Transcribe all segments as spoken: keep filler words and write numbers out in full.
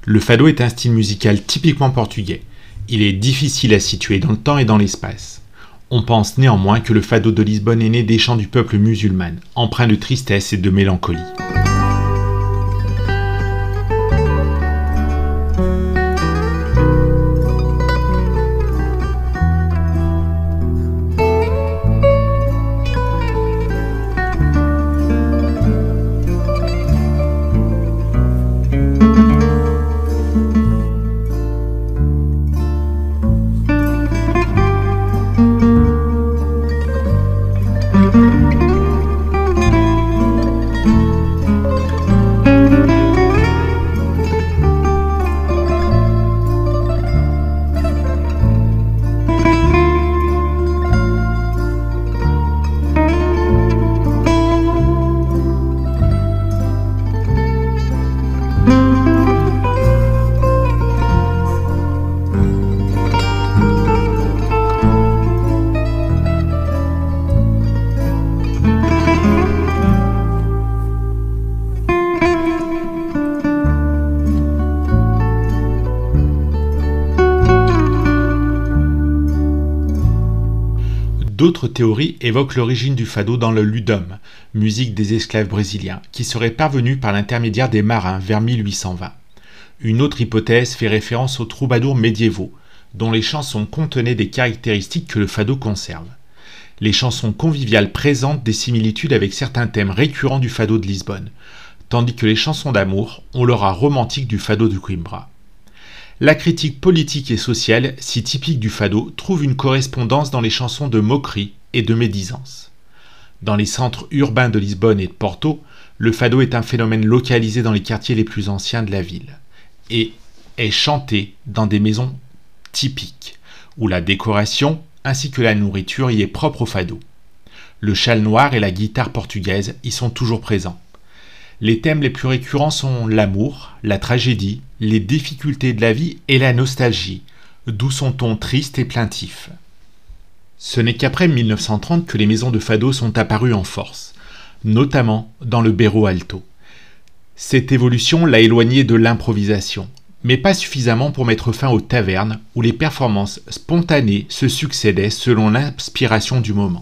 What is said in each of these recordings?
Le fado est un style musical typiquement portugais. Il est difficile à situer dans le temps et dans l'espace. On pense néanmoins que le fado de Lisbonne est né des chants du peuple musulman, empreint de tristesse et de mélancolie. D'autres théories évoquent l'origine du fado dans le ludum, musique des esclaves brésiliens, qui serait parvenue par l'intermédiaire des marins vers mille huit cent vingt. Une autre hypothèse fait référence aux troubadours médiévaux, dont les chansons contenaient des caractéristiques que le fado conserve. Les chansons conviviales présentent des similitudes avec certains thèmes récurrents du fado de Lisbonne, tandis que les chansons d'amour ont l'aura romantique du fado de Coimbra. La critique politique et sociale, si typique du fado, trouve une correspondance dans les chansons de moquerie et de médisance. Dans les centres urbains de Lisbonne et de Porto, le fado est un phénomène localisé dans les quartiers les plus anciens de la ville et est chanté dans des maisons typiques, où la décoration ainsi que la nourriture y est propre au fado. Le châle noir et la guitare portugaise y sont toujours présents. Les thèmes les plus récurrents sont l'amour, la tragédie, les difficultés de la vie et la nostalgie, d'où son ton triste et plaintif. Ce n'est qu'après mille neuf cent trente que les maisons de fado sont apparues en force, notamment dans le Bairro Alto. Cette évolution l'a éloigné de l'improvisation, mais pas suffisamment pour mettre fin aux tavernes où les performances spontanées se succédaient selon l'inspiration du moment.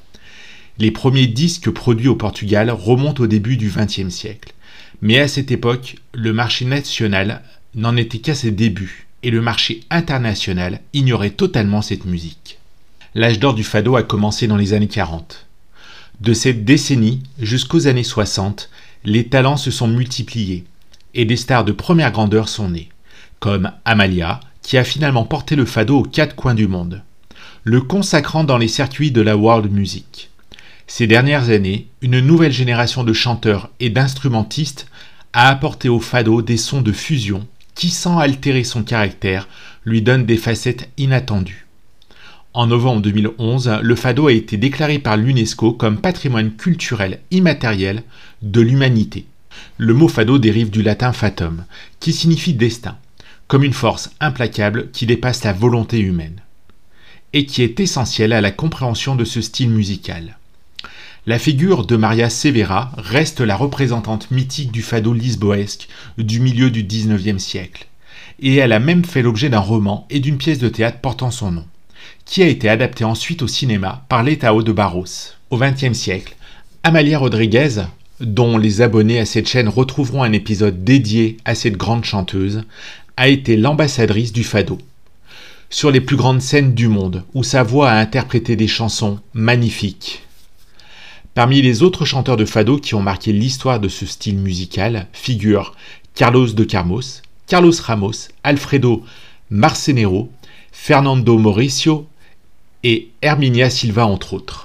Les premiers disques produits au Portugal remontent au début du vingtième siècle. Mais à cette époque, le marché national n'en était qu'à ses débuts et le marché international ignorait totalement cette musique. L'âge d'or du fado a commencé dans les années quarante. De cette décennie jusqu'aux années soixante, les talents se sont multipliés et des stars de première grandeur sont nées, comme Amalia, qui a finalement porté le fado aux quatre coins du monde, le consacrant dans les circuits de la world music. Ces dernières années, une nouvelle génération de chanteurs et d'instrumentistes a apporté au fado des sons de fusion qui, sans altérer son caractère, lui donnent des facettes inattendues. En novembre deux mille onze, le fado a été déclaré par l'UNESCO comme patrimoine culturel immatériel de l'humanité. Le mot fado dérive du latin fatum, qui signifie destin, comme une force implacable qui dépasse la volonté humaine, et qui est essentielle à la compréhension de ce style musical. La figure de Maria Severa reste la représentante mythique du fado lisboèsque du milieu du dix-neuvième siècle, et elle a même fait l'objet d'un roman et d'une pièce de théâtre portant son nom, qui a été adaptée ensuite au cinéma par l'Étao de Barros. Au vingtième siècle, Amalia Rodrigues, dont les abonnés à cette chaîne retrouveront un épisode dédié à cette grande chanteuse, a été l'ambassadrice du fado. Sur les plus grandes scènes du monde, où sa voix a interprété des chansons magnifiques. Parmi les autres chanteurs de fado qui ont marqué l'histoire de ce style musical figurent Carlos de Carmos, Carlos Ramos, Alfredo Marcenero, Fernando Mauricio et Herminia Silva entre autres.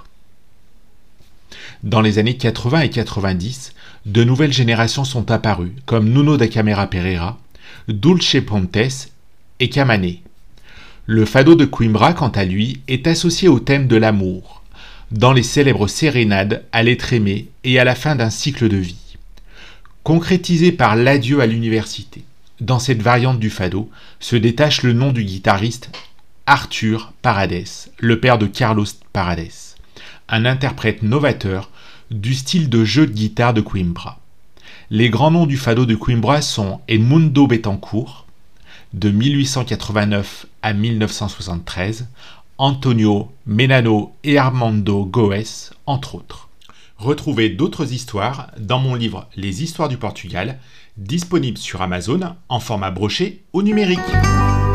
Dans les années quatre-vingts et quatre-vingt-dix, de nouvelles générations sont apparues comme Nuno da Câmara Pereira, Dulce Pontes et Camané. Le fado de Coimbra, quant à lui, est associé au thème de l'amour, dans les célèbres sérénades à l'être aimé et à la fin d'un cycle de vie. Concrétisé par l'adieu à l'université, dans cette variante du fado se détache le nom du guitariste Arthur Parades, le père de Carlos Parades, un interprète novateur du style de jeu de guitare de Coimbra. Les grands noms du fado de Coimbra sont Edmundo Betancourt, de mille huit cent quatre-vingt-neuf à mille neuf cent soixante-treize, Antonio Menano et Armando Goes, entre autres. Retrouvez d'autres histoires dans mon livre Les histoires du Portugal, disponible sur Amazon en format broché ou numérique.